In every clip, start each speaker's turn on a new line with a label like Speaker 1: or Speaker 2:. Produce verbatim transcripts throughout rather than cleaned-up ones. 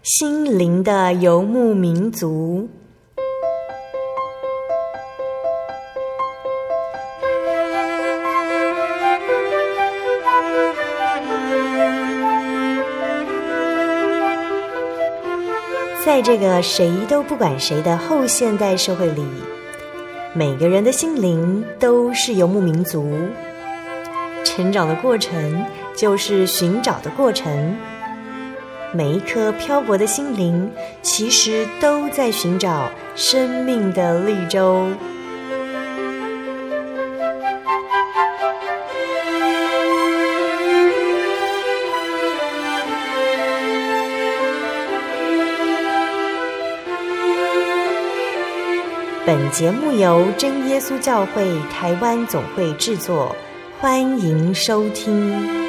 Speaker 1: 心灵的游牧民族。在这个谁都不管谁的后现代社会里，每个人的心灵都是游牧民族。成长的过程就是寻找的过程，每一颗漂泊的心灵其实都在寻找生命的绿洲。本节目由真耶稣教会台湾总会制作，欢迎收听。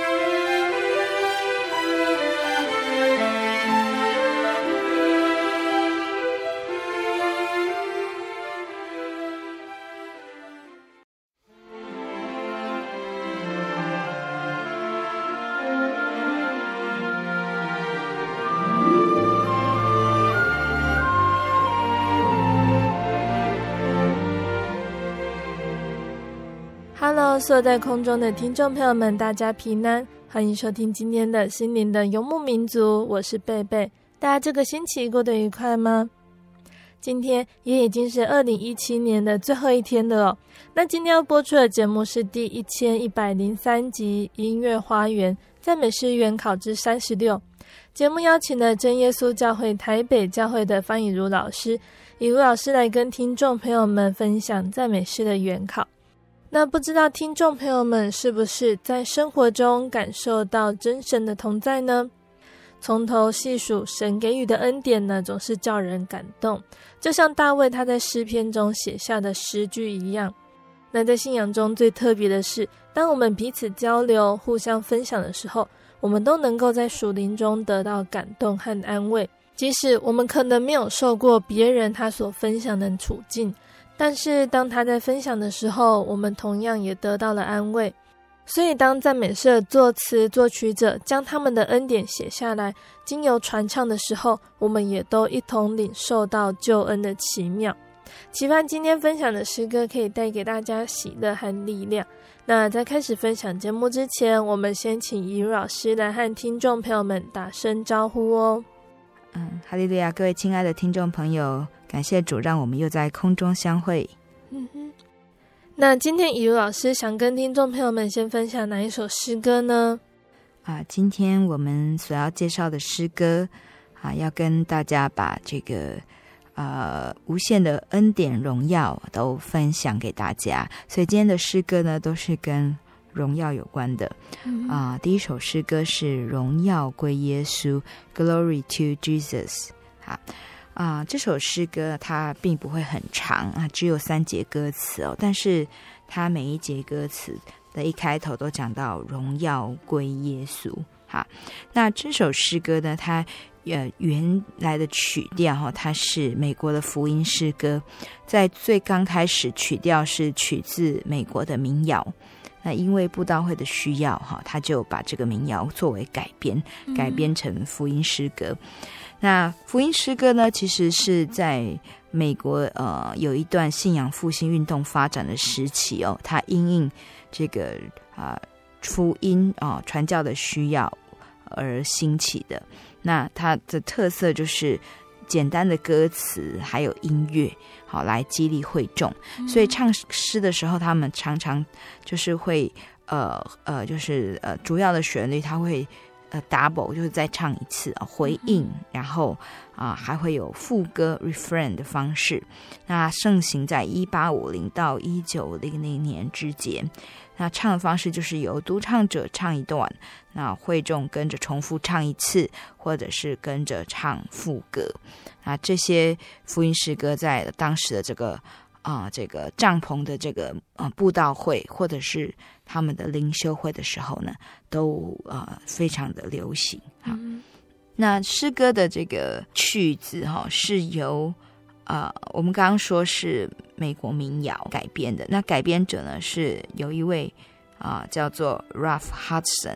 Speaker 2: Hello， 所有在空中的听众朋友们，大家平安，欢迎收听今天的心灵的游牧民族，我是贝贝。大家这个星期过得愉快吗？今天也已经是二零一七年的最后一天了哦。那今天要播出的节目是第一千一百零三集音乐花园赞美诗原考之三十六。节目邀请了真耶稣教会台北教会的方以如老师，以如老师来跟听众朋友们分享赞美诗的原考。那不知道听众朋友们是不是在生活中感受到真神的同在呢？从头细数神给予的恩典呢，总是叫人感动，就像大卫他在诗篇中写下的诗句一样。那在信仰中最特别的是，当我们彼此交流互相分享的时候，我们都能够在属灵中得到感动和安慰，即使我们可能没有受过别人他所分享的处境，但是当他在分享的时候，我们同样也得到了安慰。所以当赞美诗作词作曲者将他们的恩典写下来，经由传唱的时候，我们也都一同领受到救恩的奇妙。期盼今天分享的诗歌可以带给大家喜乐和力量。那在开始分享节目之前，我们先请以如老师来和听众朋友们打声招呼哦。
Speaker 3: 嗯，哈利路亚，各位亲爱的听众朋友，感谢主让我们又在空中相会。
Speaker 2: 嗯哼，那今天以如老师想跟听众朋友们先分享哪一首诗歌呢？
Speaker 3: 啊，今天我们所要介绍的诗歌啊，要跟大家把这个呃无限的恩典荣耀都分享给大家，所以今天的诗歌呢都是跟荣耀有关的。
Speaker 2: 嗯
Speaker 3: 啊，第一首诗歌是荣耀归耶稣 Glory to Jesus。 好啊，这首诗歌它并不会很长啊，只有三节歌词哦，但是它每一节歌词的一开头都讲到荣耀归耶稣。好，那这首诗歌呢，它呃原来的曲调哈，它是美国的福音诗歌，在最刚开始曲调是取自美国的民谣。那因为布道会的需要哈，他就把这个民谣作为改编，改编成福音诗歌。嗯、那福音诗歌呢，其实是在美国呃有一段信仰复兴运动发展的时期哦，它因应这个啊、呃、福音啊、呃、传教的需要而兴起的。那它的特色就是简单的歌词还有音乐，好来激励会众。所以唱诗的时候，他们常常就是会呃呃就是呃主要的旋律它会呃 double， 就是再唱一次啊、呃、回应，然后啊、呃、还会有副歌 refrain 的方式。那盛行在一八五零到一九零零年之间。那唱的方式就是由独唱者唱一段，那会众跟着重复唱一次，或者是跟着唱副歌。那这些福音诗歌在当时的这个啊、呃、这个帐篷的这个呃布道会，或者是他们的灵修会的时候呢，都呃非常的流行。好，嗯、那诗歌的这个曲子哈、哦、是由呃，我们刚刚说是美国民谣改编的，那改编者呢是有一位啊、呃、叫做 Ralph Hudson，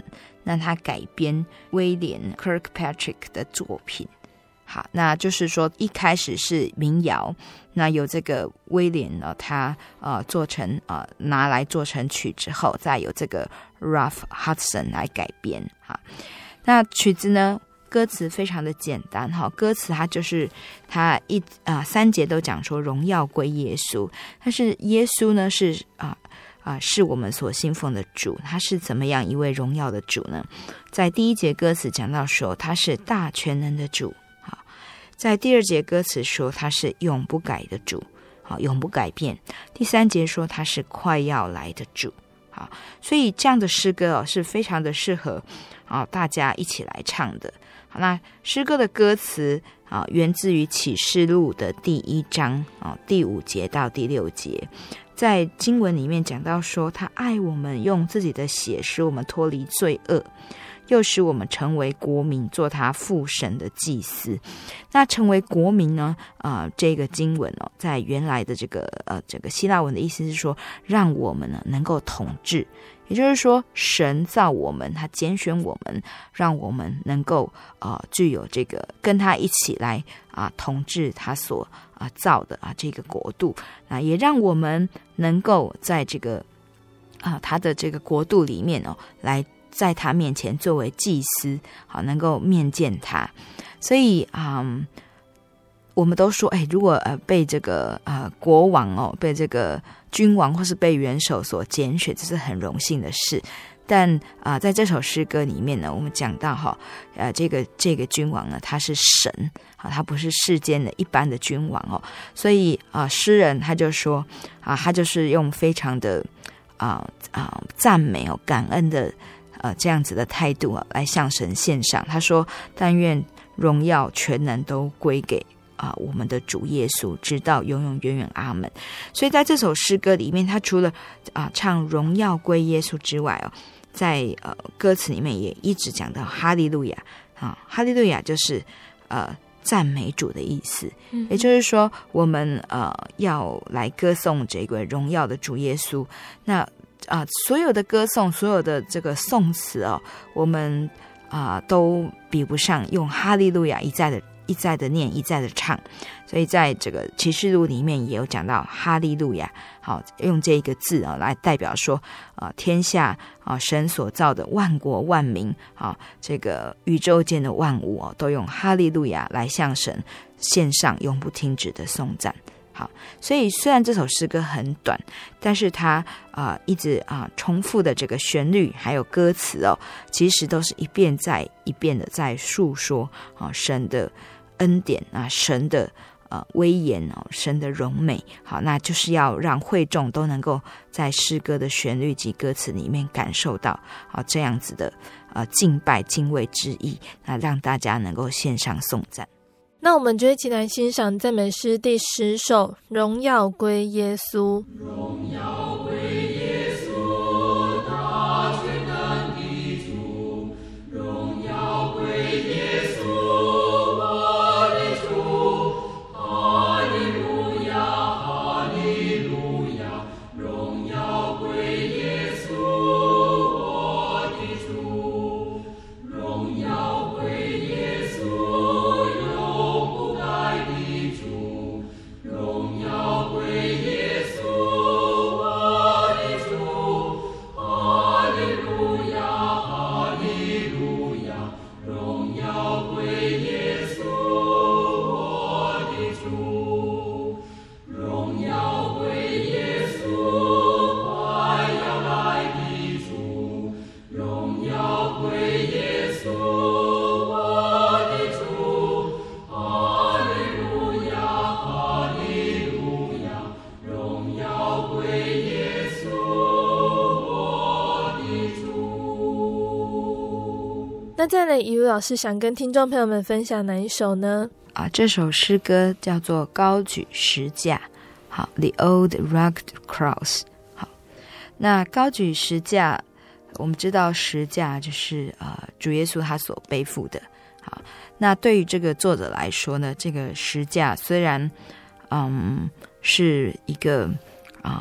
Speaker 3: 那他改编威廉 Kirkpatrick 的作品。好，那就是说一开始是民谣，那由这个威廉呢，他呃做成呃拿来做成曲之后，再由这个 Ralph Hudson 来改编。哈，那曲子呢，歌词非常的简单哈，歌词它就是它一啊、呃、三节都讲说荣耀归耶稣，但是耶稣呢是啊啊、呃、是我们所信奉的主，他是怎么样一位荣耀的主呢？在第一节歌词讲到说他是大全能的主。在第二节歌词说他是永不改的主，好，永不改变。第三节说他是快要来的主，好，所以这样的诗歌哦是非常的适合啊大家一起来唱的。好，那诗歌的歌词啊源自于启示录的第一章啊第五节到第六节，在经文里面讲到说他爱我们，用自己的血使我们脱离罪恶，又使我们成为国民，做他父神的祭司。那成为国民呢？啊、呃，这个经文哦，在原来的这个呃这个希腊文的意思是说，让我们呢能够统治，也就是说，神造我们，他拣选我们，让我们能够呃具有这个跟他一起来啊、呃、统治他所啊、呃、造的啊这个国度，那也让我们能够在这个啊、呃、他的这个国度里面哦来。在他面前作为祭司，好能够面见他。所以嗯，我们都说，哎，如果呃被这个呃国王哦，被这个君王或是被元首所拣选，这是很荣幸的事。但啊、呃，在这首诗歌里面呢，我们讲到哈，呃，这个这个君王呢，他是神，啊，他不是世间的一般的君王哦。所以啊、呃，诗人他就说啊，他就是用非常的啊啊赞美哦、感恩的。呃，这样子的态度啊，来向神献上。他说：“但愿荣耀全能都归给啊、呃、我们的主耶稣，直到永永远远，阿门。”所以在这首诗歌里面，他除了啊、呃、唱荣耀归耶稣之外哦，在呃歌词里面也一直讲到哈利路亚啊，哈利路亚就是呃赞美主的意思。嗯、也就是说，我们呃要来歌颂这个荣耀的主耶稣。那啊、呃，所有的歌颂，所有的这个颂词哦，我们啊、呃、都比不上用哈利路亚一再的、一再的念、一再的唱。所以在这个启示录里面也有讲到哈利路亚，好，用这一个字啊、哦、来代表说啊、呃，天下啊、呃、神所造的万国万民啊、呃，这个宇宙间的万物哦，都用哈利路亚来向神献上永不停止的颂赞。好，所以虽然这首诗歌很短，但是它啊、呃、一直啊、呃、重复的这个旋律还有歌词哦，其实都是一遍再一遍的在述说啊、呃、神的恩典啊，神的呃威严哦，神的荣美。好，那就是要让会众都能够在诗歌的旋律及歌词里面感受到啊这样子的呃敬拜敬畏之意，那让大家能够献上颂赞。
Speaker 2: 那我们就一起来欣赏赞美诗第十首《荣耀归耶稣》。荣耀归耶稣，大全能的主，荣耀归耶稣，我的主，哈利路亚，哈利路亚，荣耀归耶稣，我的主，荣耀归耶稣。荣耀归耶稣，我的主，哈利路亚，哈利路亚，荣耀归耶稣，我的主，荣耀归耶稣，快要来的主，荣耀归耶稣，我的主，哈利路亚，哈利路亚，荣耀归耶稣，我的主。那再来，一位老师想跟听众朋友们分享哪一首呢？
Speaker 3: 啊，这首诗歌叫做《高举十架》，好 ，The Old Rugged Cross。好，那高举十架，我们知道十架就是呃主耶稣他所背负的。好，那对于这个作者来说呢，这个十架虽然嗯是一个嗯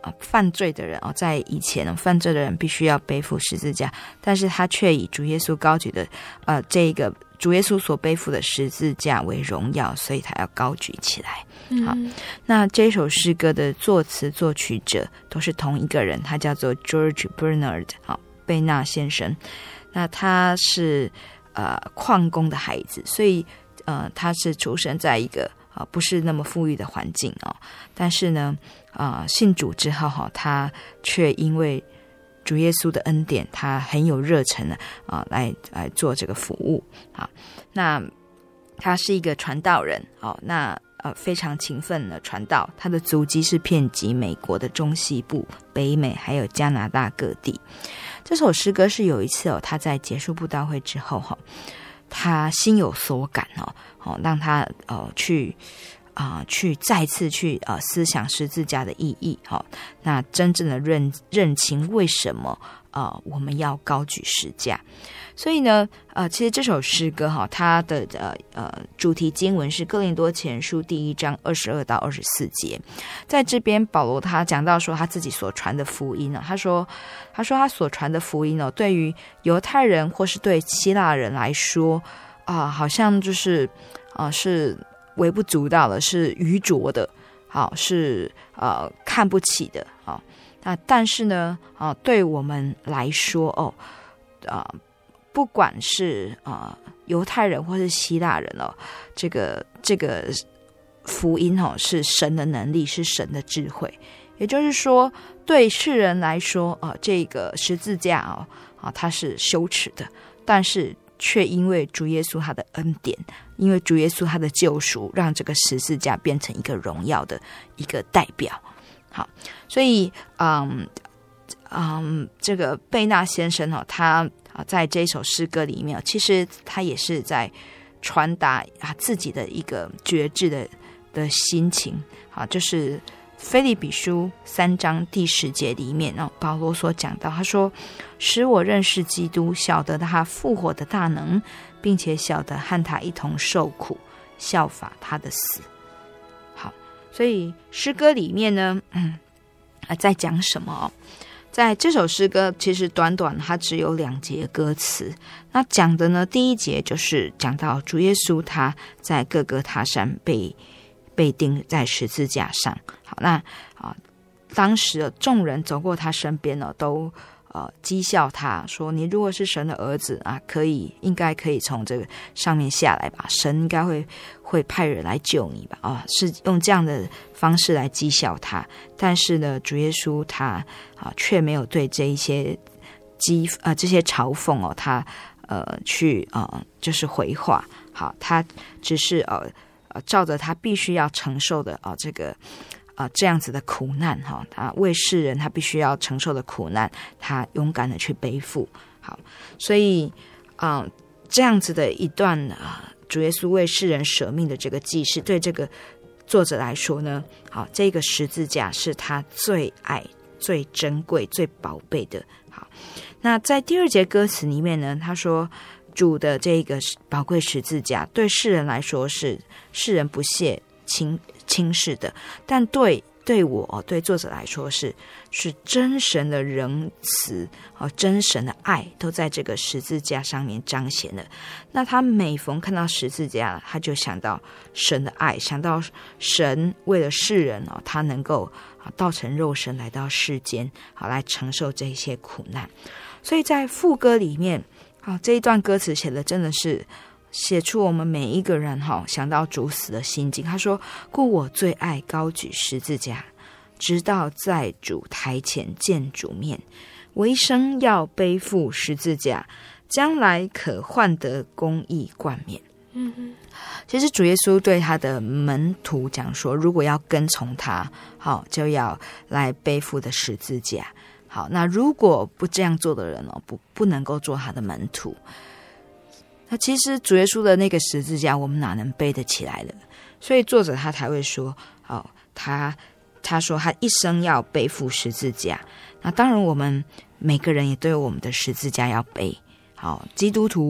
Speaker 3: 呃犯罪的人哦，在以前犯罪的人必须要背负十字架，但是他却以主耶稣高举的呃这个主耶稣所背负的十字架为荣耀，所以他要高举起来。好，
Speaker 2: 嗯、
Speaker 3: 那这首诗歌的作词作曲者都是同一个人，他叫做 George Bernard 好，贝纳先生。那他是呃矿工的孩子，所以呃他是出生在一个呃不是那么富裕的环境哦，但是呢啊、呃、信主之后哈，他却因为主耶稣的恩典，他很有热忱的啊、呃、来来做这个服务。好，那他是一个传道人哦，那呃非常勤奋的传道，他的足迹是遍及美国的中西部、北美还有加拿大各地。这首诗歌是有一次哦，他在结束布道会之后哈、哦，他心有所感哦，哦让他呃去啊、呃、去再次去呃思想十字架的意义哈、哦，那真正的认认清为什么呃我们要高举十架。所以呢，呃，其实这首诗歌哈，它的呃呃主题经文是哥林多前书第一章二十二到二十四节。在这边，保罗他讲到说他自己所传的福音呢，他说，他说他所传的福音呢，对于犹太人或是对希腊人来说，啊、呃，好像就是啊、呃、是微不足道的，是愚拙的，好、是呃看不起的，好、那但是呢，啊、呃，对我们来说，哦，啊、呃。不管是呃犹太人或是希腊人哦，这个这个福音哦是神的能力，是神的智慧。也就是说，对世人来说，呃，这个十字架哦啊、呃、它是羞耻的，但是却因为主耶稣他的恩典，因为主耶稣他的救赎，让这个十字架变成一个荣耀的一个代表。好，所以嗯嗯，这个贝纳先生哦，他。在这首诗歌里面，其实他也是在传达啊自己的一个决志的的心情啊，就是腓立比书三章第十节里面，哦，保罗所讲到，他说：“使我认识基督，晓得他复活的大能，并且晓得和他一同受苦，效法他的死。”好，所以诗歌里面呢，嗯啊，在讲什么哦？在这首诗歌其实短短它只有两节歌词，那讲的呢，第一节就是讲到主耶稣他在各各他山被被钉在十字架上。好，那啊，当时众人走过他身边呢，都呃讥笑他说：“你如果是神的儿子啊，可以应该可以从这个上面下来吧，神应该会会派人来救你吧？”啊，是用这样的方式来讥笑他。但是呢，主耶稣他啊却没有对这一些讥呃这些嘲讽哦，他呃去呃就是回话。好，他只是呃呃照着他必须要承受的啊、呃、这个。啊、呃，这样子的苦难哈，他为世人他必须要承受的苦难，他勇敢的去背负。好，所以啊、呃，这样子的一段啊、呃，主耶稣为世人舍命的这个记事，对这个作者来说呢，好，这个十字架是他最爱、最珍贵、最宝贝的。好，那在第二节歌词里面呢，他说主的这个宝贵十字架对世人来说是世人不屑轻轻视的，但对对我对作者来说是是真神的仁慈哦，真神的爱都在这个十字架上面彰显了。那他每逢看到十字架，他就想到神的爱，想到神为了世人哦，他能够道成肉身来到世间，好来承受这些苦难。所以在副歌里面，好这一段歌词写的真的是。写出我们每一个人哈想到主死的心境。他说：“故我最爱高举十字架，直到在主台前见主面。我一生要背负十字架，将来可换得公义冠冕。”嗯哼，其实主耶稣对他的门徒讲说，如果要跟从他，好就要来背负的十字架。好，那如果不这样做的人哦，不不能够做他的门徒。那其实主耶稣的那个十字架，我们哪能背得起来了？所以作者他才会说，哦，他他说他一生要背负十字架。那当然，我们每个人也都有我们的十字架要背。好，基督徒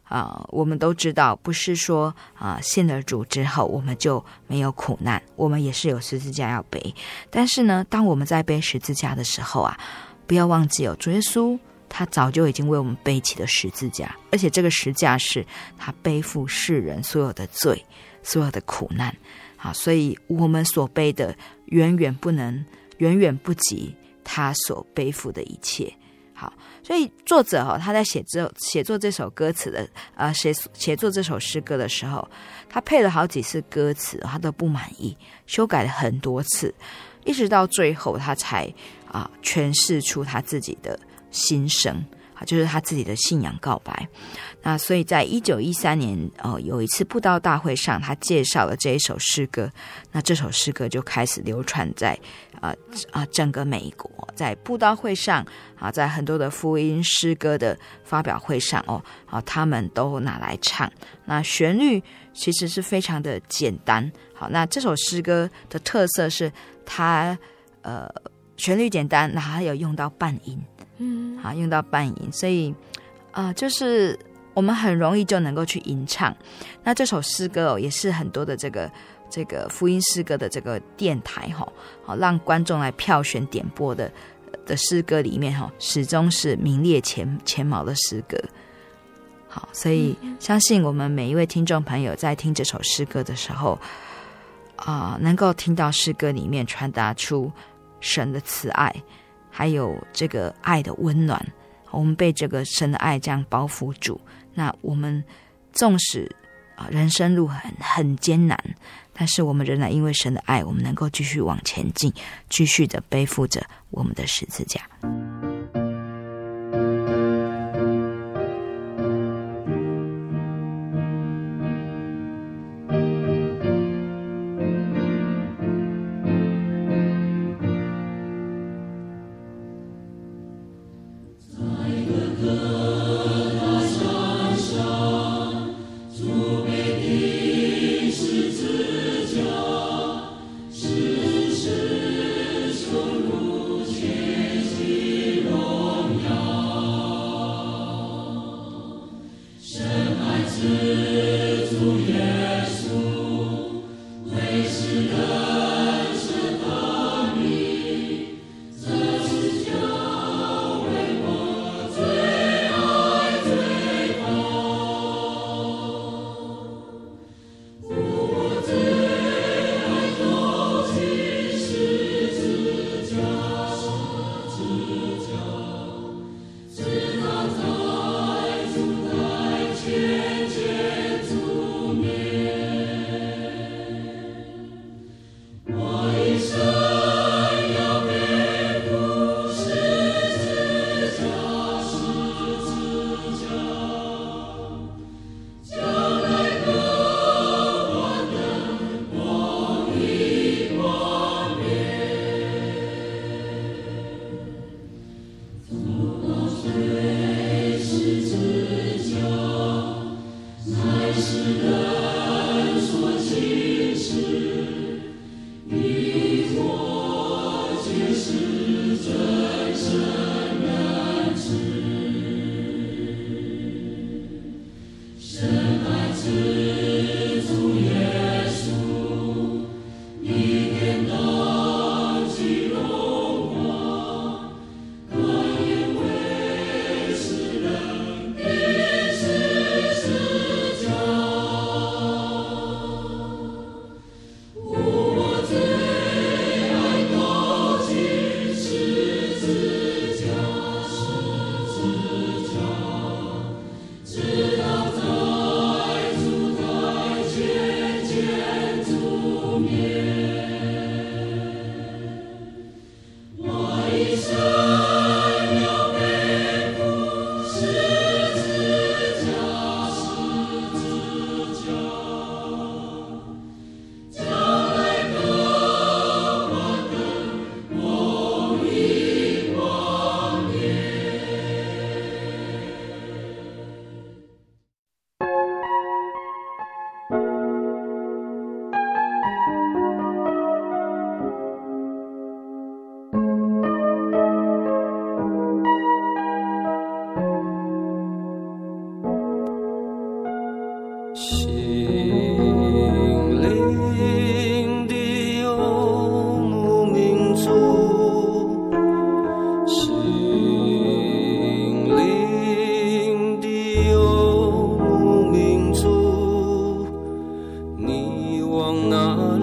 Speaker 3: 啊、呃，我们都知道，不是说啊、呃、信了主之后我们就没有苦难，我们也是有十字架要背。但是呢，当我们在背十字架的时候啊，不要忘记哦，主耶稣他早就已经为我们背起了十字架，而且这个十字架是他背负世人所有的罪、所有的苦难。好，所以我们所背的远远不能、远远不及他所背负的一切。好，所以作者哦，他在写这写作这首歌词的呃写写作这首诗歌的时候，他配了好几次歌词，他都不满意，修改了很多次，一直到最后他才啊、呃、诠释出他自己的心声啊，就是他自己的信仰告白。那所以在一九一三年呃有一次布道大会上，他介绍了这一首诗歌，那这首诗歌就开始流传在啊啊、呃、整个美国，在布道会上啊，在很多的福音诗歌的发表会上哦，啊他们都拿来唱。那旋律其实是非常的简单。好，那这首诗歌的特色是它呃旋律简单，然后还有用到半音。嗯，好，用到半音，所以啊、呃，就是我们很容易就能够去吟唱。那这首诗歌哦，也是很多的这个这个福音诗歌的这个电台哈、哦，好让观众来票选点播的的诗歌里面哈、哦，始终是名列前前茅的诗歌。好，所以相信我们每一位听众朋友在听这首诗歌的时候啊、呃，能够听到诗歌里面传达出神的慈爱。还有这个爱的温暖，我们被这个神的爱这样包覆住。那我们纵使啊人生路很很艰难，但是我们仍然因为神的爱，我们能够继续往前进，继续的背负着我们的十字架。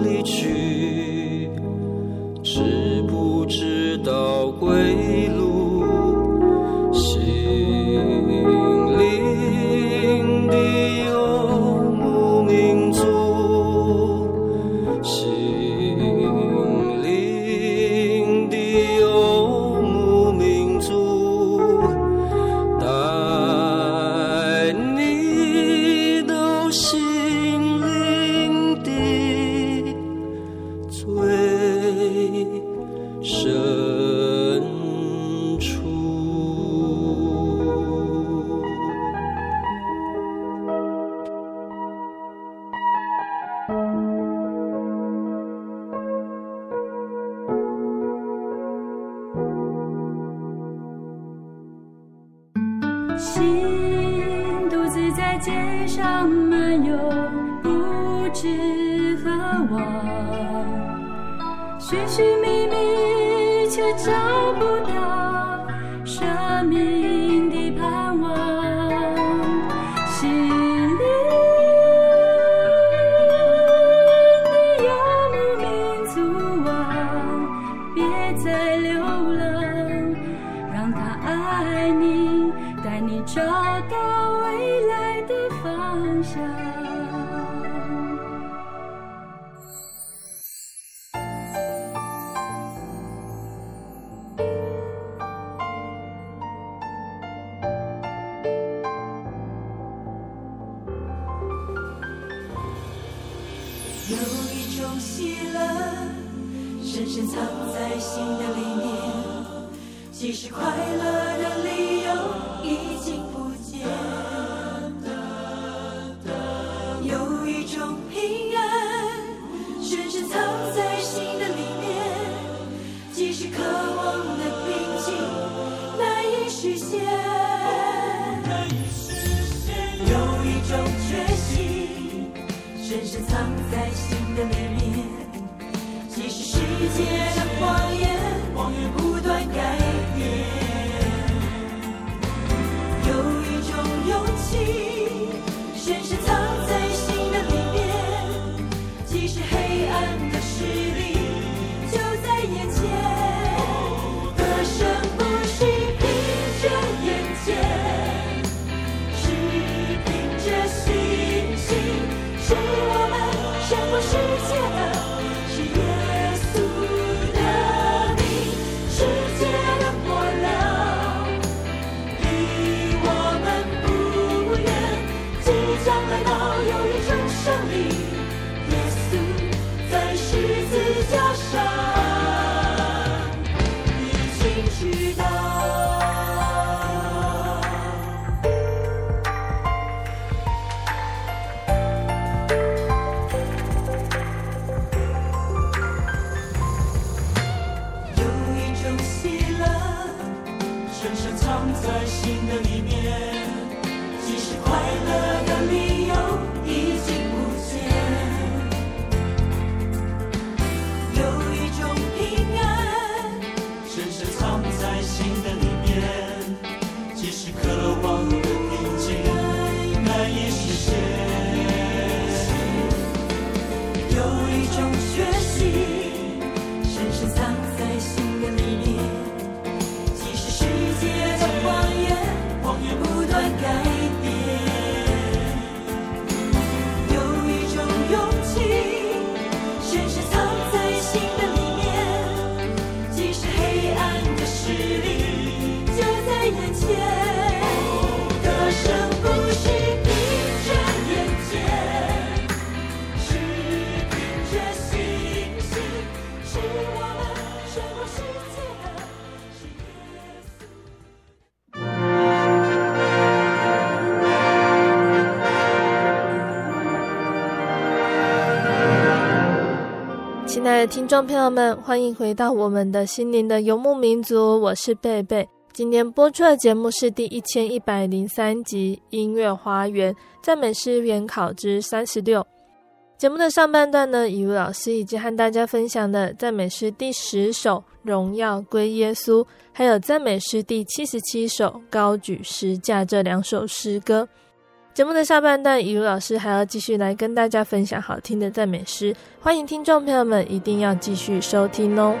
Speaker 4: 离去，知不知道归路？心灵的游牧民族，心灵的游牧民族，带你到心灵的最深处。
Speaker 5: 心独自在街上漫游，不知何往，寻寻觅觅却找不到生命的盼望。心灵的游牧民族啊，别再流浪，让他爱你，带你找到未来的方向。
Speaker 6: 有一种喜乐，深深藏在心的里面，即使快乐的理由已经不见。有一种平安，深深藏在心的里面，即使渴望的平静难以实现。有一种决心，深深藏在心的里面，即使世界的谎言不断改变。有一种勇气，深深藏在心的里面，即使黑暗的势力就在眼前。得胜不是凭着眼见，是凭着信心，是我们胜过世界的，是耶稣的名，世界的末了，离我们不远，即将来到有一种胜利。耶稣在十字架上已经知道。在心的里面，即使快乐的理由已经不见。有一种平安，深深藏在心的里面，即使渴望的平静难以实现。有一种决心，深深藏在心的里面，即使世界的谎言不断改变。有一种勇气，深深藏在心的里面，即使黑暗的势力就在眼前。得胜不是凭着眼见，是凭着信心，是我们胜过世界的，是耶稣。
Speaker 2: 亲爱的听众朋友们，欢迎回到我们的心灵的游牧民族，我是贝贝。今天播出的节目是第一千一百零三集音乐花园赞美诗原考之三十六。节目的上半段呢，以为老师已经和大家分享的赞美诗第十首荣耀归耶稣，还有赞美诗第七十七首高举十架这两首诗歌。 节目的下半段，以如老师还要继续来跟大家分享好听的赞美诗，欢迎听众朋友们一定要继续收听哦。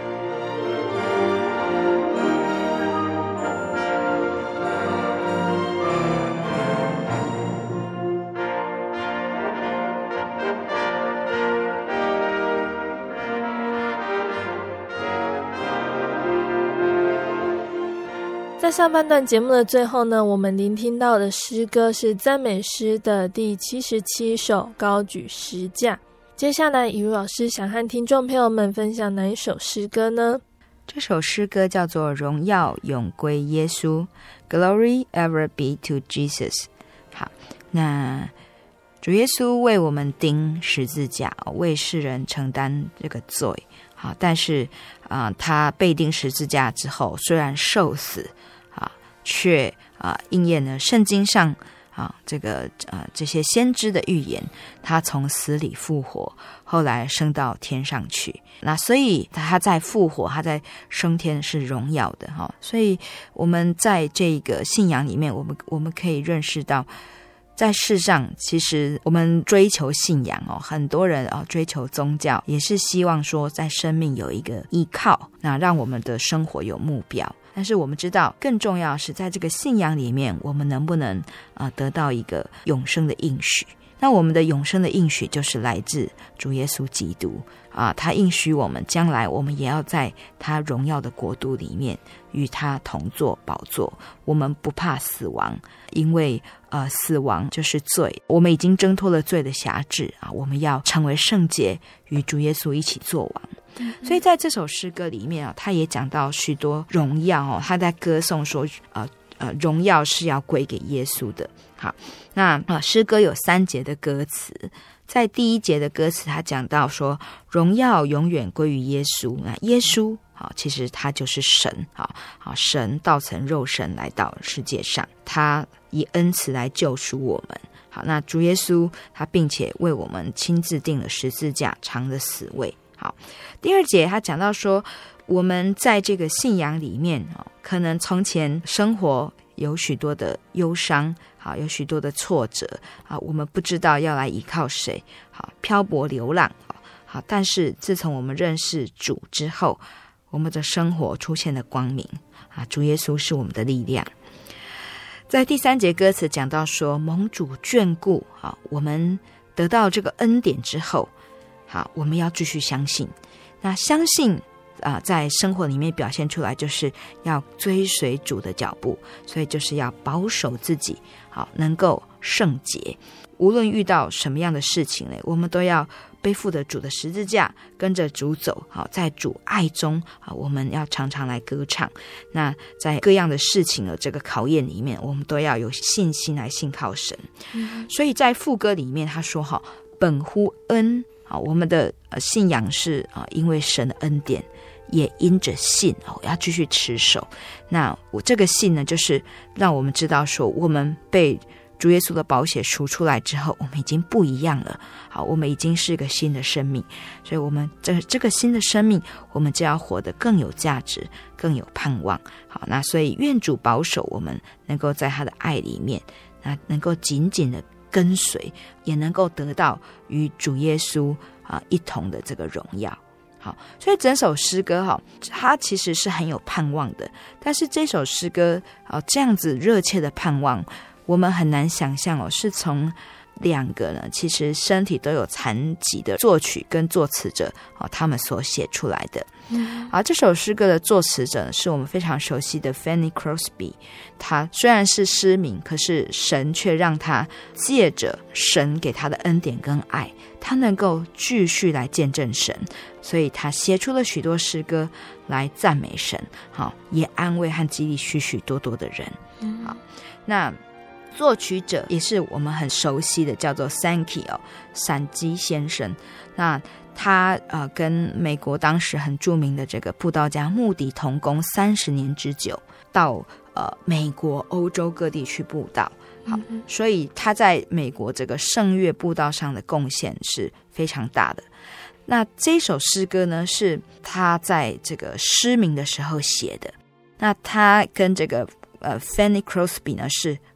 Speaker 2: 在上半段节目的最后呢，我们聆听到的诗歌是赞美诗的第七十七首高举十架。接下来以如老师想和听众朋友们分享哪一首诗歌呢？
Speaker 3: 这首诗歌叫做荣耀永归耶稣 Glory ever be to Jesus。 好，那主耶稣为我们钉十字架，为世人承担这个罪。好，但是、呃、他被钉十字架之后，虽然受死啊，却啊应验了圣经上啊这个呃这些先知的预言，他从死里复活，后来升到天上去。那所以他在复活，他在升天是荣耀的哈、哦。所以我们在这个信仰里面，我们我们可以认识到，在世上其实我们追求信仰哦，很多人哦追求宗教，也是希望说在生命有一个依靠，那让我们的生活有目标。但是我们知道更重要是在这个信仰里面，我们能不能、呃、得到一个永生的应许。那我们的永生的应许就是来自主耶稣基督啊，他应许我们将来我们也要在他荣耀的国度里面与他同坐宝座。我们不怕死亡，因为呃，死亡就是罪，我们已经挣脱了罪的辖制啊，我们要成为圣洁，与主耶稣一起作王。所以在这首诗歌里面啊，他也讲到许多荣耀哦，他在歌颂说呃呃，荣耀是要归给耶稣的。好，那啊，诗歌有三节的歌词，在第一节的歌词，他讲到说，荣耀永远归于耶稣。那耶稣好，其实他就是神，好，好，神道成肉身来到世界上，他以恩慈来救赎我们。好，那主耶稣他并且为我们亲自定了十字架，尝了死味。好，第二节他讲到说，我们在这个信仰里面，可能从前生活有许多的忧伤，好，有许多的挫折，好，我们不知道要来依靠谁，好，漂泊流浪，好，但是自从我们认识主之后，我们的生活出现了光明啊，主耶稣是我们的力量。在第三节歌词讲到说，蒙主眷顾，好，我们得到这个恩典之后，好，我们要继续相信。那相信啊、呃，在生活里面表现出来，就是要追随主的脚步，所以就是要保守自己，好，能够圣洁。无论遇到什么样的事情呢，我们都要背负着主的十字架，跟着主走。好，在主爱中，好，我们要常常来歌唱。那在各样的事情的这个考验里面，我们都要有信心来信靠神。嗯、所以在副歌里面他说，哈，本乎恩。好，我们的、呃、信仰是、呃、因为神的恩典，也因着信、哦、要继续持守。那我这个信呢，就是让我们知道说，我们被主耶稣的宝血赎出来之后，我们已经不一样了。好，我们已经是一个新的生命，所以我们这这个新的生命，我们就要活得更有价值，更有盼望。好，那所以愿主保守我们能够在他的爱里面，那能够紧紧的跟随，也能够得到与主耶稣啊一同的这个荣耀。好，所以整首诗歌哈，它其实是很有盼望的。但是这首诗歌啊，这样子热切的盼望，我们很难想象哦，是从两个呢，其实身体都有残疾的作曲跟作词者哦，他们所写出来的。嗯、啊，这首诗歌的作词者是我们非常熟悉的 Fanny Crosby。他虽然是失明，可是神却让他借着神给他的恩典跟爱，他能够继续来见证神，所以他写出了许多诗歌来赞美神，好，也安慰和激励许许多多的人。好，那作曲者也是我们很熟悉的，叫做 Sankey 哦，闪基先生。那他呃跟美国当时很著名的这个布道家穆迪同工三十年之久，到呃美国、欧洲各地去布道。好，所以他在美国这个圣乐布道上的贡献是非常大的。那这首诗歌呢，是他在这个失明的时候写的。那他跟这个呃 Fanny Crosby 呢是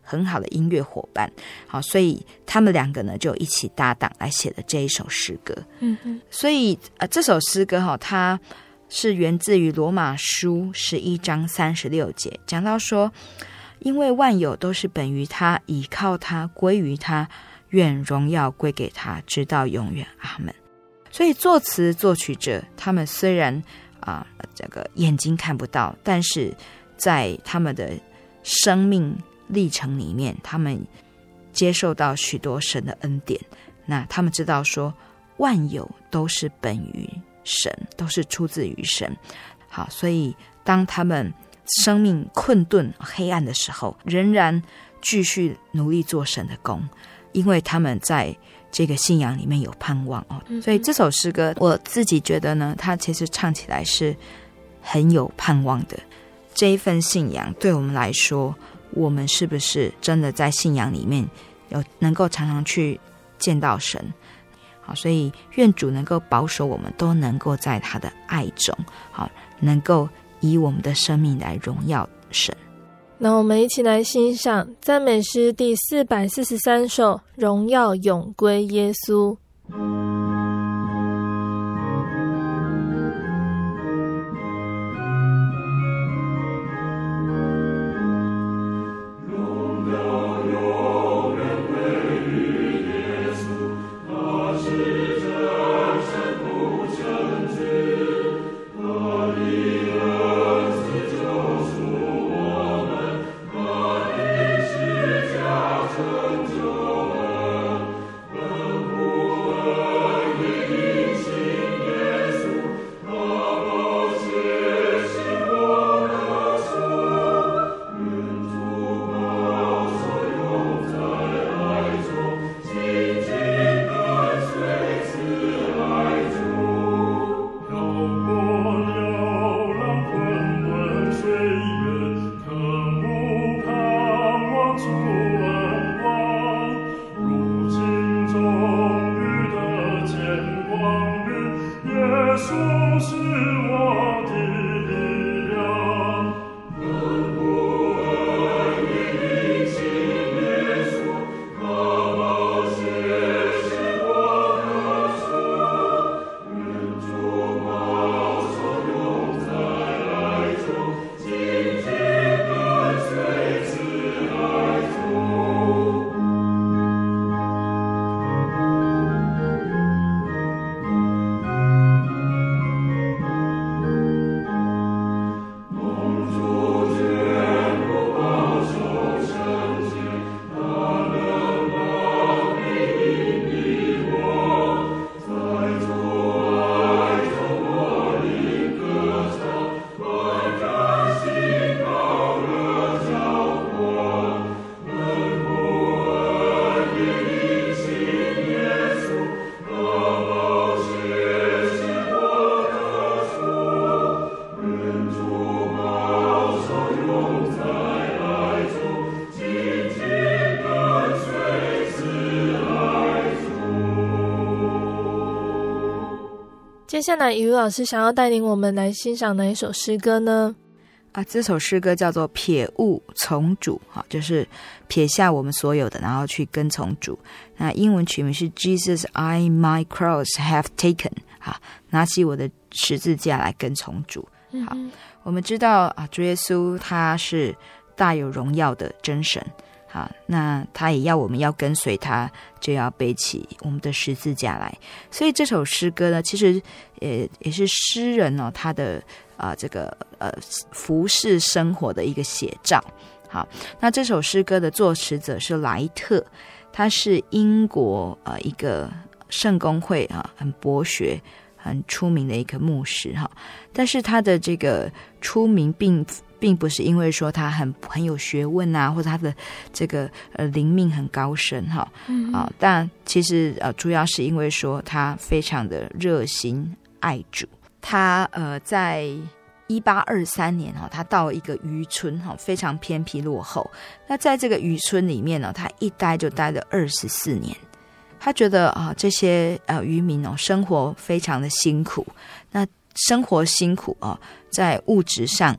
Speaker 3: 很好的音乐伙伴，好，所以他们两个呢就一起搭档来写了这一首诗歌。
Speaker 2: 嗯哼，
Speaker 3: 所以呃这首诗歌哈，它是源自于罗马书十一章三十六节，讲到说，因为万有都是本于他，倚靠他，归于他，愿荣耀归给他，直到永远，阿们。所以作词作曲者他们虽然啊、呃、这个眼睛看不到，但是在他们的生命历程里面，他们接受到许多神的恩典，那他们知道说万有都是本于神，都是出自于神。好，所以当他们生命困顿黑暗的时候，仍然继续努力做神的工，因为他们在这个信仰里面有盼望哦。所以这首诗歌我自己觉得呢，它其实唱起来是很有盼望的。这一份信仰对我们来说，我们是不是真的在信仰里面有能够常常去见到神？好，所以愿主能够保守我们，都能够在他的爱中，好，能够以我们的生命来荣耀神。
Speaker 2: 那我们一起来欣赏赞美诗第四百四十三首《荣耀永归耶稣》。接下来于老师想要带领我们来欣赏哪一首诗歌呢？
Speaker 3: 啊，这首诗歌叫做撇物从主，就是撇下我们所有的，然后去跟从主。那英文曲名是 Jesus I my cross have taken， 好，拿起我的十字架来跟从主。好，嗯、我们知道啊，主耶稣他是大有荣耀的真神。好，那他也要我们要跟随他，就要背起我们的十字架来。所以这首诗歌呢，其实也也是诗人哦，他的啊、呃、这个呃服侍生活的一个写照。好，那这首诗歌的作词者是莱特，他是英国呃一个圣公会啊很博学、很出名的一个牧师哈。但是他的这个出名并并不是因为说他很很有学问啊，或者他的这个呃灵命很高深哈，嗯啊，但其实呃主要是因为说他非常的热心爱主。他呃在一八二三年哈，他到一个渔村哈，非常偏僻落后。那在这个渔村里面呢，他一待就待了二十四年。他觉得啊，这些呃渔民哦，生活非常的辛苦。那生活辛苦啊，在物质上啊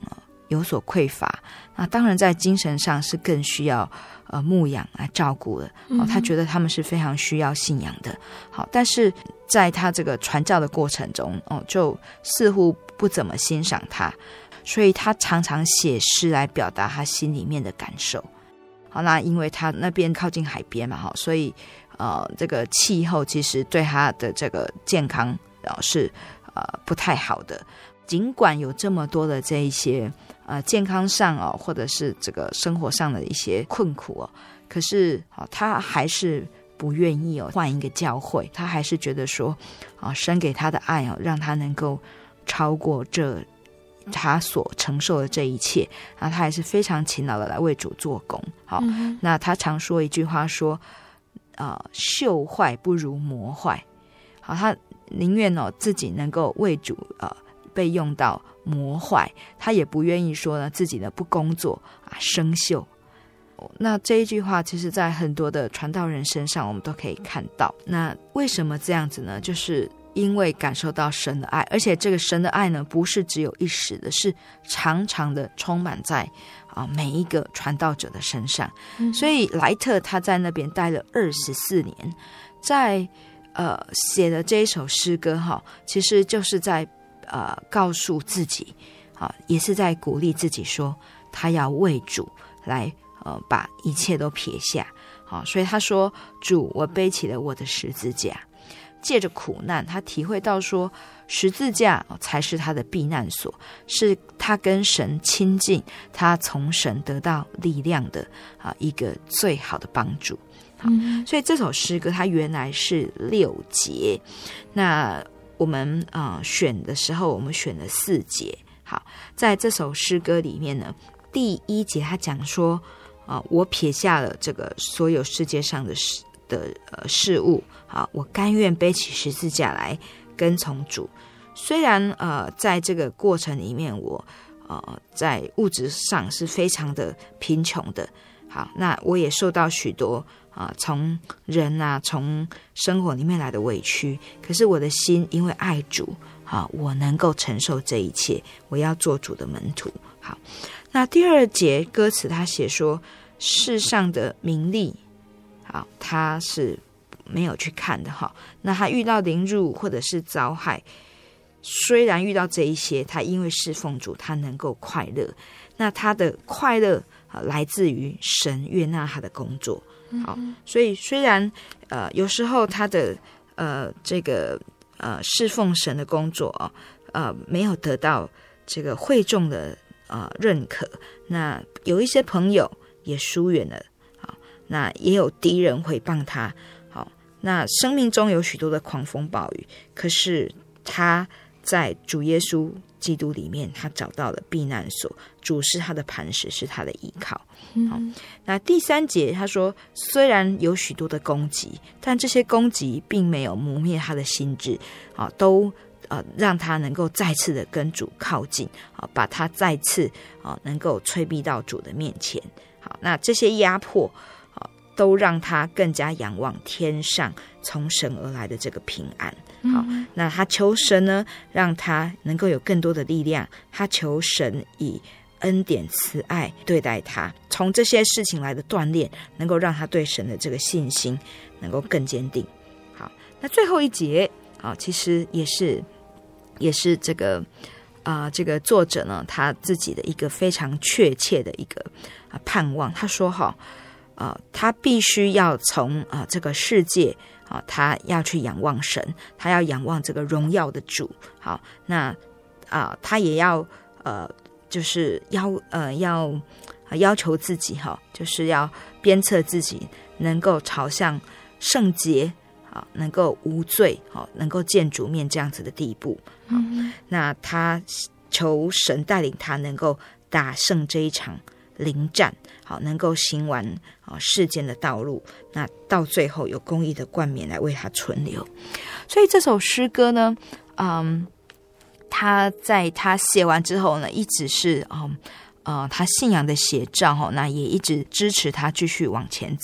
Speaker 3: 有所匮乏，那当然在精神上是更需要呃牧养来照顾的。哦，他觉得他们是非常需要信仰的。好，但是在他这个传教的过程中，哦，就似乎不怎么欣赏他，所以他常常写诗来表达他心里面的感受。好，那因为他那边靠近海边嘛，哈，所以呃，这个气候其实对他的这个健康呃是呃不太好的。尽管有这么多的这一些呃健康上哦，或者是这个生活上的一些困苦哦，可是哦，他还是不愿意哦换一个教会，他还是觉得说啊，神给他的爱哦，让他能够超过这他所承受的这一切，啊，他还是非常勤劳的来为主做工。好，嗯，那他常说一句话说，呃，锈坏不如磨坏。好，他宁愿哦自己能够为主呃被用到磨坏，他也不愿意说呢自己呢不工作啊生锈。那这一句话其实在很多的传道人身上我们都可以看到。那为什么这样子呢？就是因为感受到神的爱，而且这个神的爱呢不是只有一时的，是常常的充满在啊每一个传道者的身上。嗯，所以莱特他在那边待了二十四年，在呃写的这一首诗歌哈，其实就是在呃告诉自己啊，也是在鼓励自己说，他要为主来呃把一切都撇下。好，所以他说，主，我背起了我的十字架。借着苦难，他体会到说，十字架才是他的避难所，是他跟神亲近，他从神得到力量的啊一个最好的帮助。好，嗯，所以这首诗歌它原来是六节，那我们呃选的时候，我们选了四节。好，在这首诗歌里面呢，第一节他讲说，啊，我撇下了这个所有世界上的事。的呃事物，好，我甘愿背起十字架来跟从主。虽然呃在这个过程里面，我呃在物质上是非常的贫穷的，好，那我也受到许多啊、呃、从人啊从生活里面来的委屈，可是我的心因为爱主，好，我能够承受这一切，我要做主的门徒。好，那第二节歌词他写说，世上的名利，好，他是没有去看的哈。那他遇到凌辱或者是遭害，虽然遇到这一些，他因为侍奉主，他能够快乐。那他的快乐、呃、来自于神悦纳他的工作。好，所以虽然呃有时候他的呃这个呃侍奉神的工作啊，呃没有得到这个会众的呃认可，那有一些朋友也疏远了。那也有敌人毁谤他，好，那生命中有许多的狂风暴雨，可是他在主耶稣基督里面，他找到了避难所，主是他的磐石，是他的依靠。好，那第三节他说，虽然有许多的攻击，但这些攻击并没有磨灭他的心智，啊，都呃让他能够再次的跟主靠近，啊，把他再次啊能够催逼到主的面前。好，那这些压迫都让他更加仰望天上从神而来的这个平安。好，那他求神呢，让他能够有更多的力量，他求神以恩典慈爱对待他，从这些事情来的锻炼，能够让他对神的这个信心能够更坚定。好，那最后一节啊，其实也是也是这个啊、呃，这个作者呢他自己的一个非常确切的一个、呃、盼望。他说哈。呃，他必须要从呃这个世界啊、呃，他要去仰望神，他要仰望这个荣耀的主。好，那啊、呃，他也要呃，就是要呃要、呃、要求自己哈、哦，就是要鞭策自己，能够朝向圣洁啊，能够无罪，好、哦，能够见主面这样子的地步。好，嗯、那他求神带领他能够打胜这一场临战，好，能够行完啊世间的道路，那到最后有公义的冠冕来为他存留。所以这首诗歌呢，嗯，他在他写完之后呢，一直是嗯呃他信仰的写照哈，那也一直支持他继续往前走。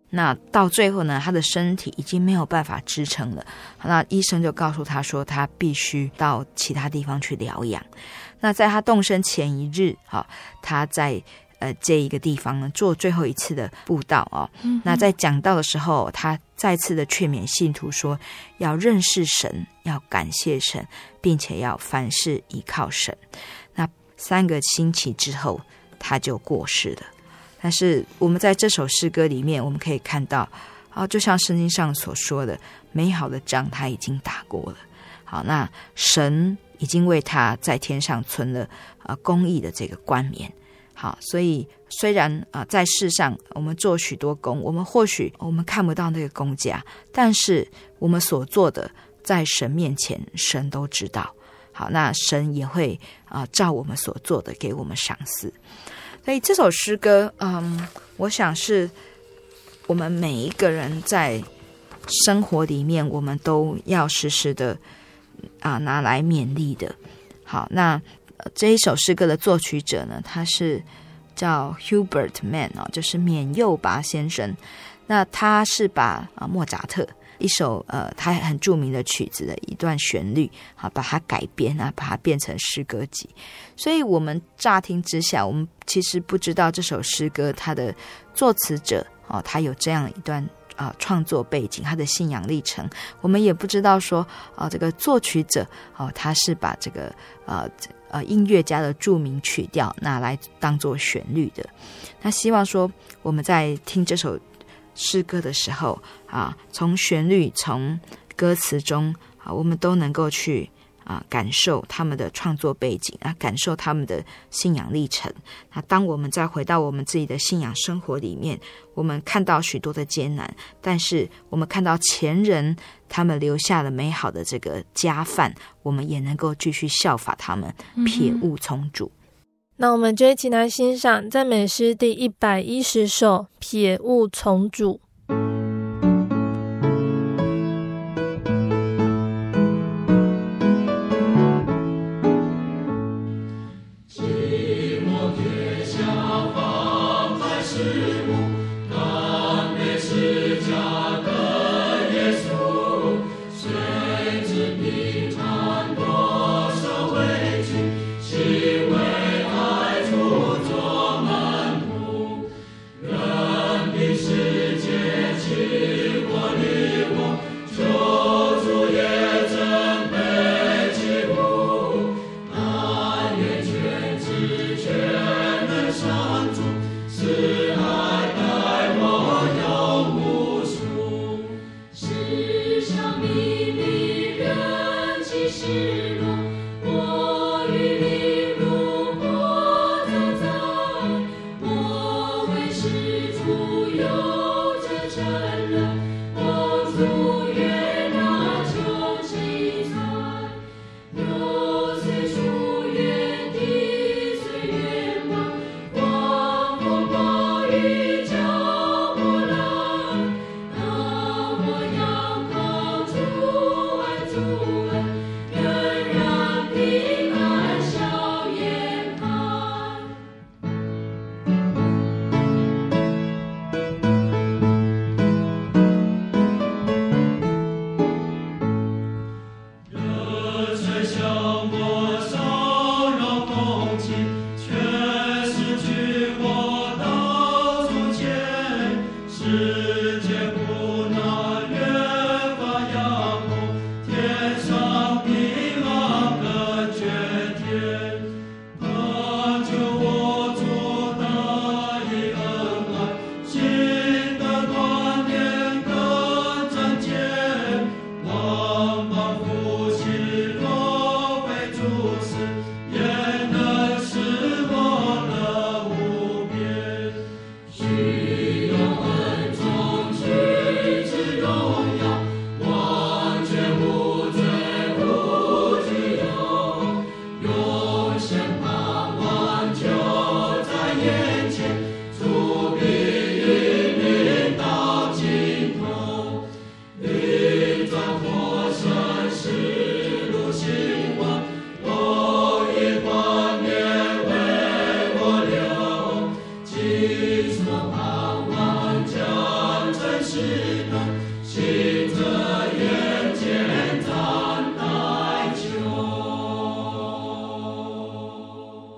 Speaker 3: 那到最后呢，他的身体已经没有办法支撑了，那医生就告诉他说他必须到其他地方去疗养。那在他动身前一日，哦、他在呃这一个地方呢做最后一次的布道哦。嗯、那在讲道的时候，他再次的劝勉信徒说，要认识神，要感谢神，并且要凡事依靠神。那三个星期之后，他就过世了。但是我们在这首诗歌里面，我们可以看到，啊，就像圣经上所说的，美好的仗他已经打过了。好，那神已经为他在天上存了呃公义的这个冠冕。好，所以虽然啊、呃、在世上我们做许多工，我们或许我们看不到那个工价，但是我们所做的在神面前，神都知道。好，那神也会啊、呃、照我们所做的给我们赏赐。所以这首诗歌，嗯，我想是我们每一个人在生活里面，我们都要时时的啊拿来勉励的。好，那、呃、这一首诗歌的作曲者呢，他是叫 Hubert Mann 哦，就是缅佑拔先生。那他是把啊莫扎特一首呃他很著名的曲子的一段旋律，好把它改编啊，把它变成诗歌集。所以我们乍听之下，我们其实不知道这首诗歌它的作词者哦，他有这样一段啊、呃、创作背景，他的信仰历程。我们也不知道说啊、呃、这个作曲者哦，他是把这个呃呃音乐家的著名曲调拿来当作旋律的。那希望说我们在听这首诗歌的时候啊，从旋律从歌词中啊，我们都能够去啊感受他们的创作背景啊，感受他们的信仰历程。那当我们再回到我们自己的信仰生活里面，我们看到许多的艰难，但是我们看到前人他们留下了美好的这个佳范，我们也能够继续效法他们，撇物从主。
Speaker 2: 那我们就一起来欣赏赞美诗第一百一十首《撇物从主》。
Speaker 5: 主恩，仍然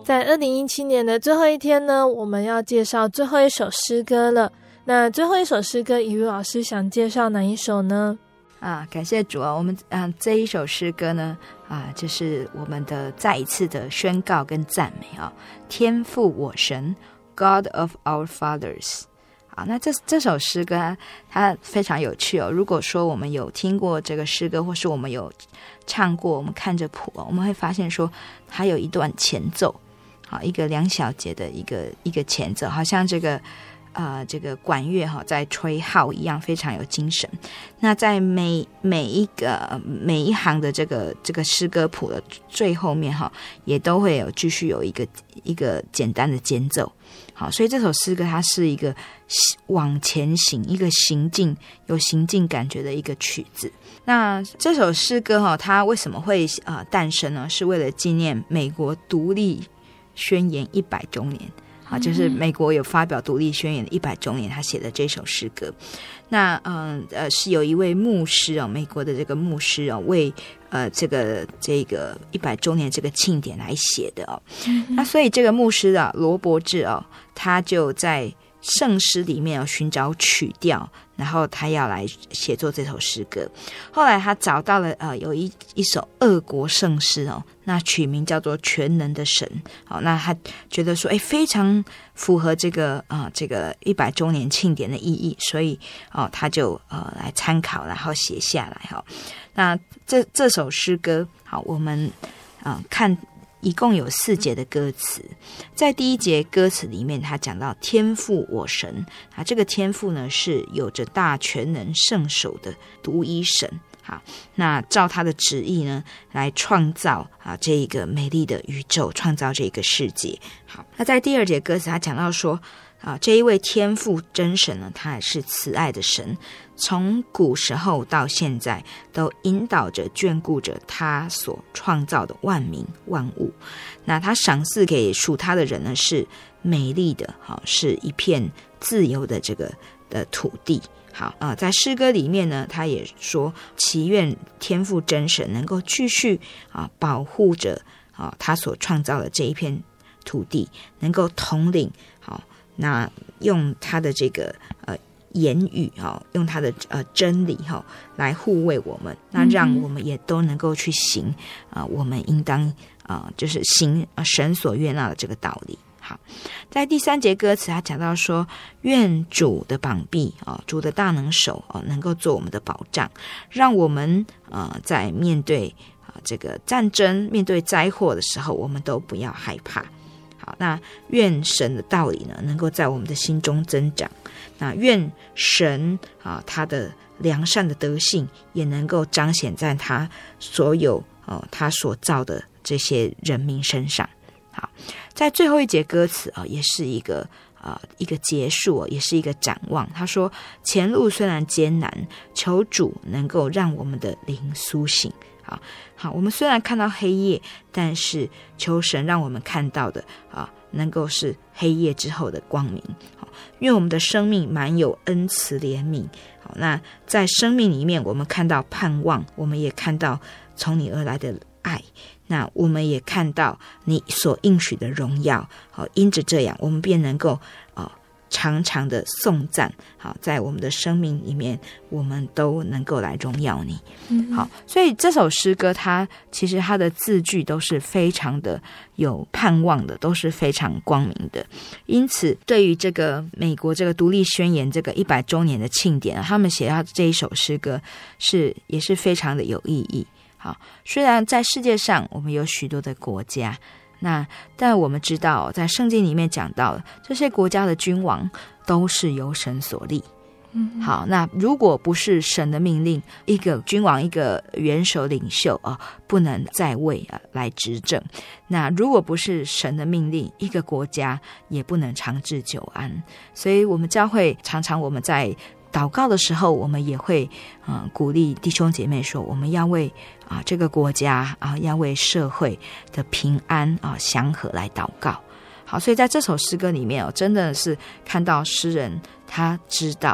Speaker 2: 在二零一七年的最后一天呢，我们要介绍最后一首诗歌了。那最后一首诗歌，怡如老师想介绍哪一首呢？
Speaker 3: 啊，感谢主啊！我们嗯、啊、这一首诗歌呢，啊，就是我们的再一次的宣告跟赞美啊，天父我神 ，God of our fathers。啊，那这这首诗歌它，它非常有趣哦。如果说我们有听过这个诗歌，或是我们有唱过，我们看着谱，我们会发现说，它有一段前奏，好，一个两小节的一个一个前奏，好像这个。呃，这个管乐哈在吹号一样，非常有精神。那在每每一个每一行的这个这个诗歌谱的最后面哈，也都会有继续有一个一个简单的间奏。好，所以这首诗歌它是一个往前行，一个行进有行进感觉的一个曲子。那这首诗歌哈，它为什么会呃诞生呢？是为了纪念美国独立宣言一百周年。啊，就是美国有发表独立宣言的一百周年，他写的这首诗歌。那嗯呃是有一位牧师哦，美国的这个牧师哦，为呃这个这个一百周年这个庆典来写的哦。嗯、那所以这个牧师啊，罗伯治哦，他就在圣诗里面哦寻找曲调，然后他要来写作这首诗歌。后来他找到了呃有一一首俄国圣诗哦，那曲名叫做《全能的神》。好，那他觉得说，哎，非常符合这个啊、呃、这个一百周年庆典的意义，所以哦他就呃来参考，然后写下来哈、哦。那这这首诗歌，好，我们啊、呃、看。一共有四节的歌词，在第一节歌词里面，他讲到天父我神啊，这个天父呢是有着大全能圣手的独一神。好，那照他的旨意呢，来创造啊这一个美丽的宇宙，创造这个世界。好，那在第二节歌词，他讲到说啊，这一位天父真神呢，他也是慈爱的神，从古时候到现在，都引导着、眷顾着他所创造的万民万物。那他赏赐给属他的人呢，是美丽的，好，是一片自由的这个的土地。好啊、呃，在诗歌里面呢，他也说，祈愿天父真神能够继续啊保护着啊他所创造的这一片土地，能够统领好。那用他的这个呃言语哈、哦，用他的呃真理哈、哦、来护卫我们，那让我们也都能够去行啊、呃，我们应当啊、呃、就是行、呃、神所悦纳的这个道理。好，在第三节歌词，他讲到说，愿主的膀臂啊、哦，主的大能手啊、哦，能够做我们的保障，让我们啊、呃、在面对啊、呃、这个战争、面对灾祸的时候，我们都不要害怕。好，那愿神的道理呢，能够在我们的心中增长。那愿神啊，他的良善的德性也能够彰显在他所有哦，他所造的这些人民身上。好，在最后一节歌词啊，也是一个啊、呃、一个结束，也是一个展望。他说：前路虽然艰难，求主能够让我们的灵苏醒。好，好，我们虽然看到黑夜，但是求神让我们看到的啊，能够是黑夜之后的光明。好，因为我们的生命满有恩慈怜悯。好，那在生命里面，我们看到盼望，我们也看到从你而来的爱。那我们也看到你所应许的荣耀。好，因着这样，我们便能够啊。常常的颂赞，好，在我们的生命里面，我们都能够来荣耀你。嗯、好，所以这首诗歌它其实它的字句都是非常的有盼望的，都是非常光明的。因此，对于这个美国这个独立宣言这个一百周年的庆典，他们写到这一首诗歌是也是非常的有意义。好，虽然在世界上我们有许多的国家。那但我们知道，在圣经里面讲到，这些国家的君王都是由神所立。嗯，好，那如果不是神的命令，一个君王、一个元首领袖啊，不能在位啊来执政。那如果不是神的命令，一个国家也不能长治久安。所以，我们教会常常我们在祷告的时候，我们也会嗯鼓励弟兄姐妹说，我们要为啊这个国家啊，要为社会的平安啊祥和来祷告。好，所以在这首诗歌里面哦，真的是看到诗人他知道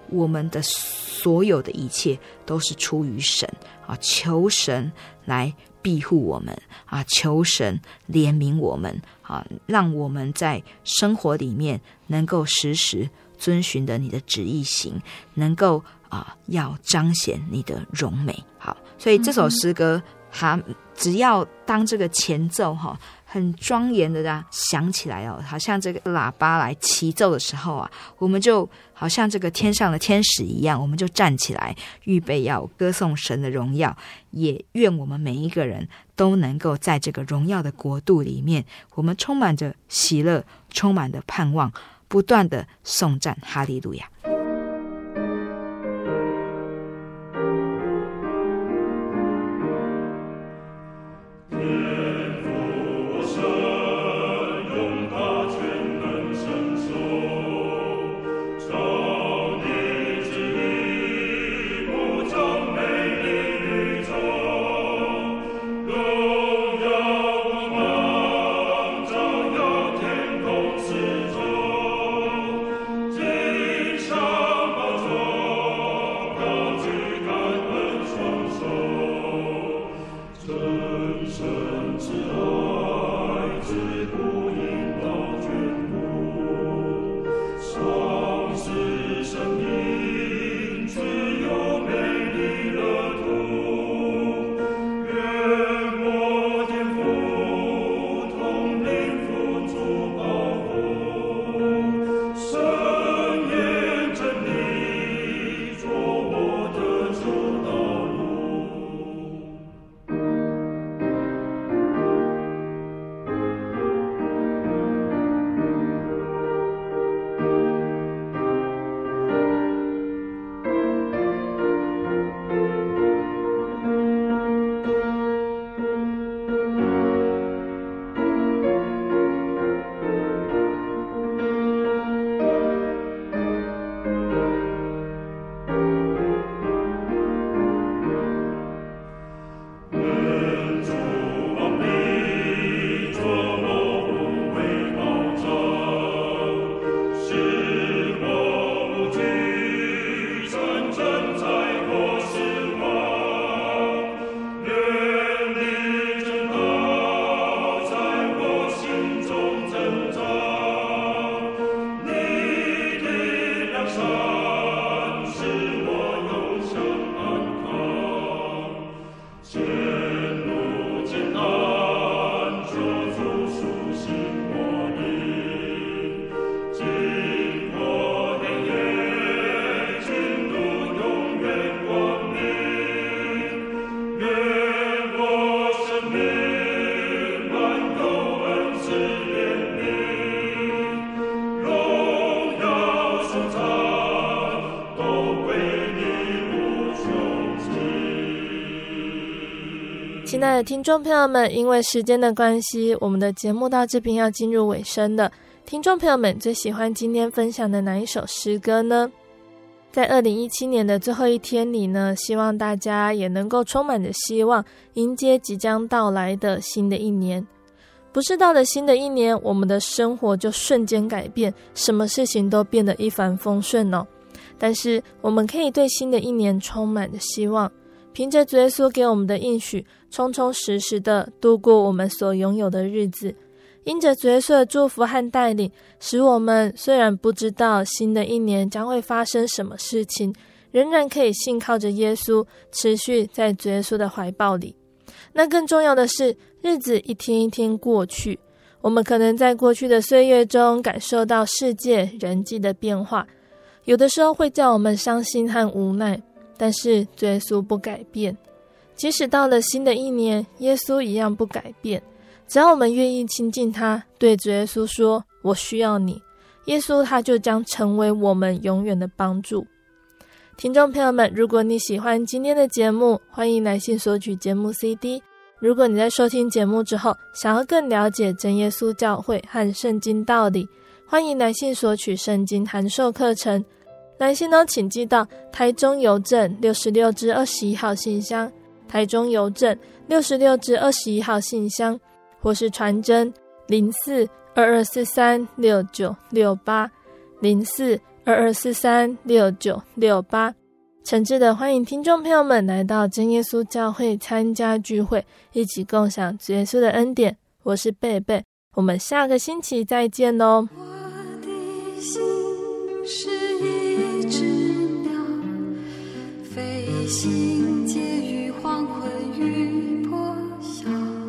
Speaker 3: 我们的所有的一切都是出于神啊，求神来庇护我们啊，求神怜悯我们啊，让我们在生活里面能够时时遵循的你的旨意行，能够啊要彰显你的荣美。好，所以这首诗歌它只要当这个前奏哈很庄严的啊响起来哦，好像这个喇叭来齐奏的时候啊，我们就好像这个天上的天使一样，我们就站起来预备要歌颂神的荣耀。也愿我们每一个人都能够在这个荣耀的国度里面，我们充满着喜乐，充满着盼望，不断的颂赞哈利路亚。
Speaker 2: 亲爱的听众朋友们，因为时间的关系，我们的节目到这边要进入尾声了。听众朋友们最喜欢今天分享的哪一首诗歌呢？在二零一七年的最后一天里呢，希望大家也能够充满着希望，迎接即将到来的新的一年。不是到了新的一年，我们的生活就瞬间改变，什么事情都变得一帆风顺哦。但是我们可以对新的一年充满着希望，凭着主耶稣给我们的应许，充充实实的度过我们所拥有的日子。因着主耶稣的祝福和带领，使我们虽然不知道新的一年将会发生什么事情，仍然可以信靠着耶稣，持续在主耶稣的怀抱里。那更重要的是，日子一天一天过去，我们可能在过去的岁月中感受到世界人际的变化，有的时候会叫我们伤心和无奈，但是主耶稣不改变。即使到了新的一年，耶稣一样不改变。只要我们愿意亲近他，对主耶稣说我需要你，耶稣他就将成为我们永远的帮助。听众朋友们，如果你喜欢今天的节目，欢迎来信索取节目 C D。 如果你在收听节目之后想要更了解真耶稣教会和圣经道理，欢迎来信索取圣经函授课程。来信呢，请寄到台中邮政六十六支二十一号信箱，台中邮政六十六支二十一号信箱，或是传真零四二二四三六九六八零四二二四三六九六八。诚挚的欢迎听众朋友们来到真耶稣教会参加聚会，一起共享主耶稣的恩典。我是贝贝，我们下个星期再见咯。
Speaker 6: 我的心是一只鸟，飞行介于黄昏与破晓，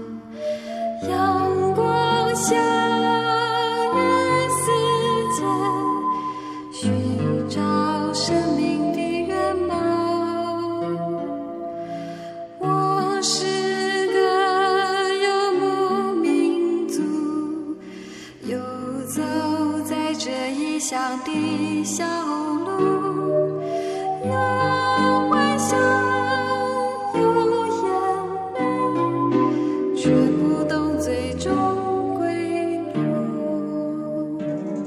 Speaker 6: 阳光下寻找生命的原貌，我是个游牧民族，游走在这异乡的小路，有欢笑，有眼泪，却不懂最终归路。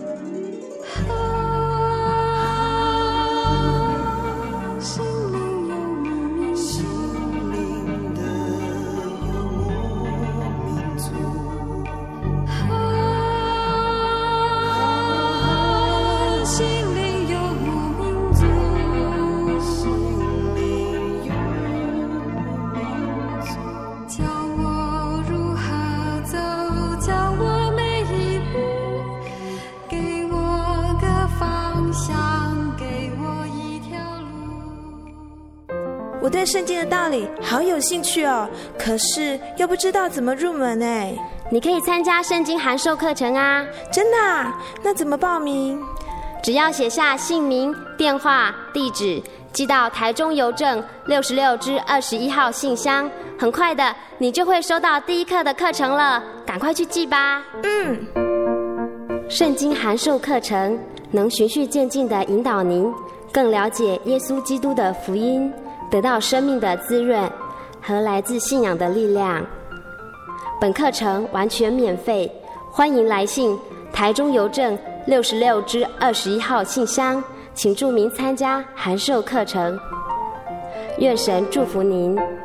Speaker 7: 我对圣经的道理好有兴趣哦，可是又不知道怎么入门哎。
Speaker 8: 你可以参加圣经函授课程啊。
Speaker 7: 真的啊？那怎么报名？
Speaker 8: 只要写下姓名、电话、地址，寄到台中邮政六十六支二十一号信箱，很快的你就会收到第一课的课程了，赶快去寄吧。
Speaker 7: 嗯。
Speaker 8: 圣经函授课程能循序渐进地引导您更了解耶稣基督的福音，得到生命的滋润和来自信仰的力量。本课程完全免费，欢迎来信台中邮政六十六支二十一号信箱，请注明参加函授课程。愿神祝福您。